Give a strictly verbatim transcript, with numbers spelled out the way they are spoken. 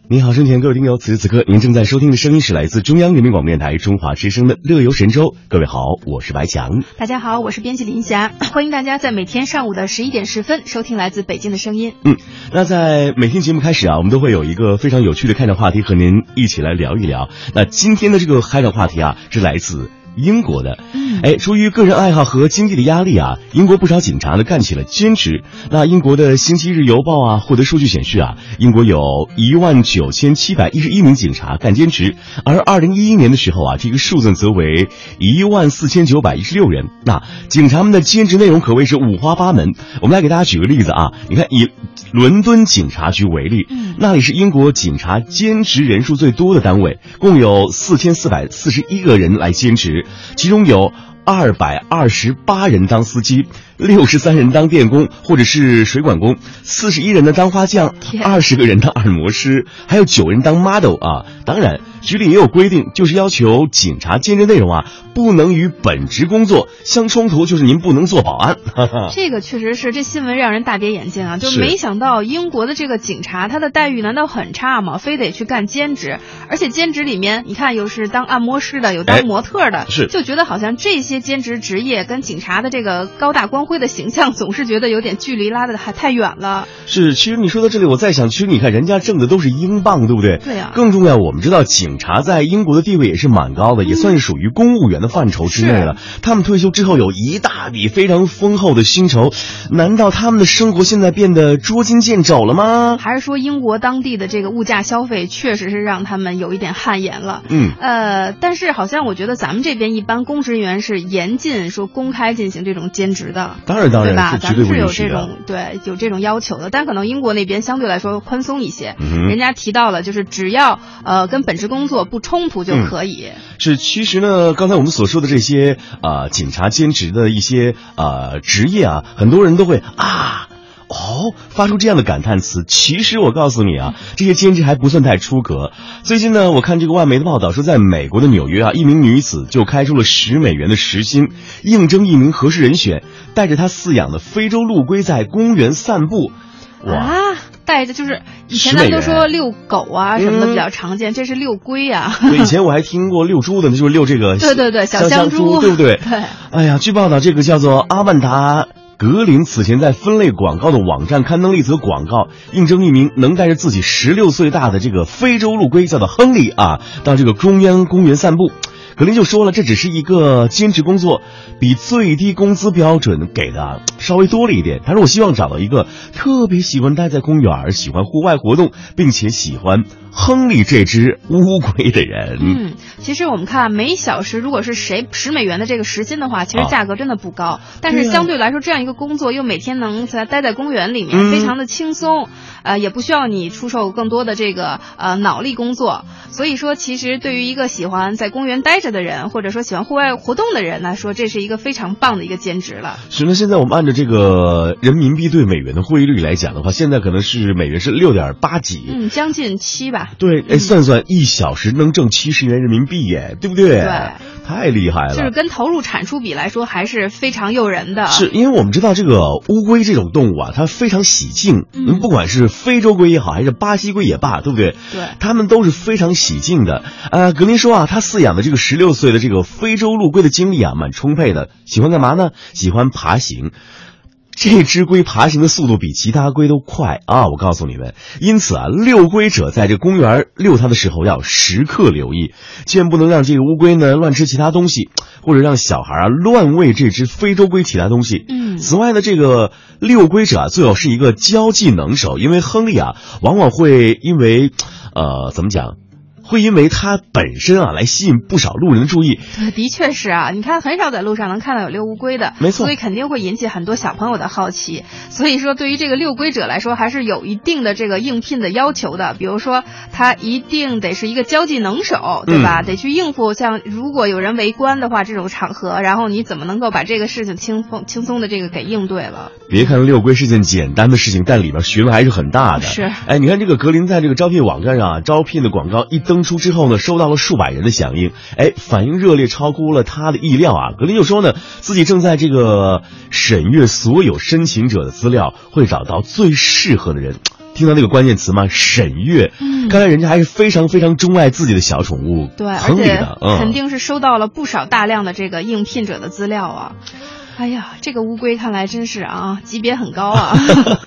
你好，生前各位听友，此时此刻您正在收听的声音是来自中央人民广播电台中华之声的乐游神州。各位好，我是白强。 大家好，我是编辑林霞。欢迎大家在每天上午的十一点十分收听来自北京的声音。 嗯，那在每天节目开始啊，我们都会有一个非常有趣的开场话题和您一起来聊一聊。那今天的这个开场话题啊，是来自英国的。哎，出于个人爱好和经济的压力啊，英国不少警察呢干起了兼职。那英国的《星期日邮报》啊获得数据显示啊，英国有一万九千七百一十一名警察干兼职，而二零一一年的时候啊，这个数字则为一万四千九百一十六人。那警察们的兼职内容可谓是五花八门。我们来给大家举个例子啊，你看以伦敦警察局为例，那里是英国警察兼职人数最多的单位，共有四千四百四十一个人来兼职，其中有二百二十八人当司机，六十三人当电工或者是水管工，四十一人呢当花匠，二十个人当按摩师，还有九人当 model 啊。当然局里也有规定，就是要求警察兼职内容啊不能与本职工作相冲突，就是您不能做保安。 这个确实是，这新闻让人大跌眼镜啊！就没想到英国的这个警察，他的待遇难道很差吗？非得去干兼职，而且兼职里面你看有是当按摩师的，有当模特的， 是就觉得好像这些兼职职业跟警察的这个高大光辉的形象总是觉得有点距离拉得还太远了。 是，其实你说到这里，我在想，其实你看人家挣的都是英镑，对不对？ 对啊。 更重要，我们知道警察在英国的地位也是蛮高的，也算是属于公务员的范畴之内了。他们退休之后有一大笔非常丰厚的薪酬，难道他们的生活现在变得捉襟见肘了吗？ 还是说英国当地的这个物价消费确实是让他们有一点汗颜了？ 嗯， 呃，但是好像我觉得咱们这边一般公职人员是严禁说公开进行这种兼职的。 当然当然， 对吧？ 是绝对不允许的。咱们是有这种对有这种要求的，但可能英国那边相对来说宽松一些。 嗯、 人家提到了，就是只要呃跟本职工作不冲突就可以。 嗯、是，其实呢，刚才我们所说的这些啊、呃、警察兼职的一些呃职业啊，很多人都会啊。哦，发出这样的感叹词。其实我告诉你啊，这些兼职还不算太出格。最近呢，我看这个外媒的报道说，在美国的纽约啊，一名女子就开出了十美元的时薪，应征一名合适人选，带着她饲养的非洲陆龟在公园散步。哇！ 啊带着就是以前咱们都说遛狗啊什么的比较常见，嗯、这是遛龟啊。 对，以前我还听过遛猪的，那就是遛这个对对对小香猪， 对不对？ 对。 哎呀，据报道，这个叫做阿曼达格林此前在分类广告的网站刊登了一则广告，应征一名能带着自己十六岁大的这个非洲陆龟，叫做亨利啊，到这个中央公园散步。格林就说了，这只是一个兼职工作，比最低工资标准给的稍微多了一点。他说我希望找到一个特别喜欢待在公园、喜欢户外活动，并且喜欢亨利这只乌龟的人。 嗯，其实我们看每小时如果是谁十美元的这个时薪的话，其实价格真的不高，啊、但是相对来说这样一个工作又每天能在待在公园里面，嗯、非常的轻松，呃，也不需要你出售更多的这个呃脑力工作。所以说，其实对于一个喜欢在公园待着的人，或者说喜欢户外活动的人来说，这是一个非常棒的一个兼职了。 是呢，现在我们按照这个人民币对美元的汇率来讲的话，现在可能是美元是六点八几， 嗯，将近七吧。 对，哎，算算一小时能挣七十元人民币耶，对不对？ 对， 太厉害了。 就是跟投入产出比来说，还是非常诱人的。 是因为我们知道这个乌龟这种动物啊，它非常喜静，嗯，不管是非洲龟也好，还是巴西龟也罢，对不对？ 对， 它们都是非常喜静的。呃，格林说啊，他饲养的这个十六岁的这个非洲陆龟的精力啊，蛮充沛的。喜欢干嘛呢？喜欢爬行。这只龟爬行的速度比其他龟都快啊！我告诉你们，因此啊，遛龟者在这公园遛它的时候要时刻留意，千万不能让这个乌龟呢乱吃其他东西，或者让小孩啊乱喂这只非洲龟其他东西。 嗯， 此外呢，这个遛龟者啊最好是一个交际能手，因为亨利啊往往会因为呃怎么讲？会因为它本身啊来吸引不少路人的注意。 对，的确是啊，你看很少在路上能看到有遛乌龟的， 没错， 所以肯定会引起很多小朋友的好奇。所以说，对于这个遛龟者来说，还是有一定的这个应聘的要求的。比如说，他一定得是一个交际能手，对吧？嗯、得去应付像如果有人围观的话这种场合，然后你怎么能够把这个事情轻松轻松的这个给应对了？ 别看遛龟是件简单的事情，但里边学问还是很大的。 是， 哎，你看这个格林在这个招聘网站上啊，招聘的广告一登出之后呢，收到了数百人的响应，哎，反应热烈，超乎了他的意料啊。格林就说呢，自己正在这个审阅所有申请者的资料，会找到最适合的人。 听到那个关键词吗？沈月。嗯，看来人家还是非常非常钟爱自己的小宠物， 对， 亨利的， 嗯，肯定是收到了不少大量的这个应聘者的资料啊。哎呀，这个乌龟看来真是啊，级别很高啊。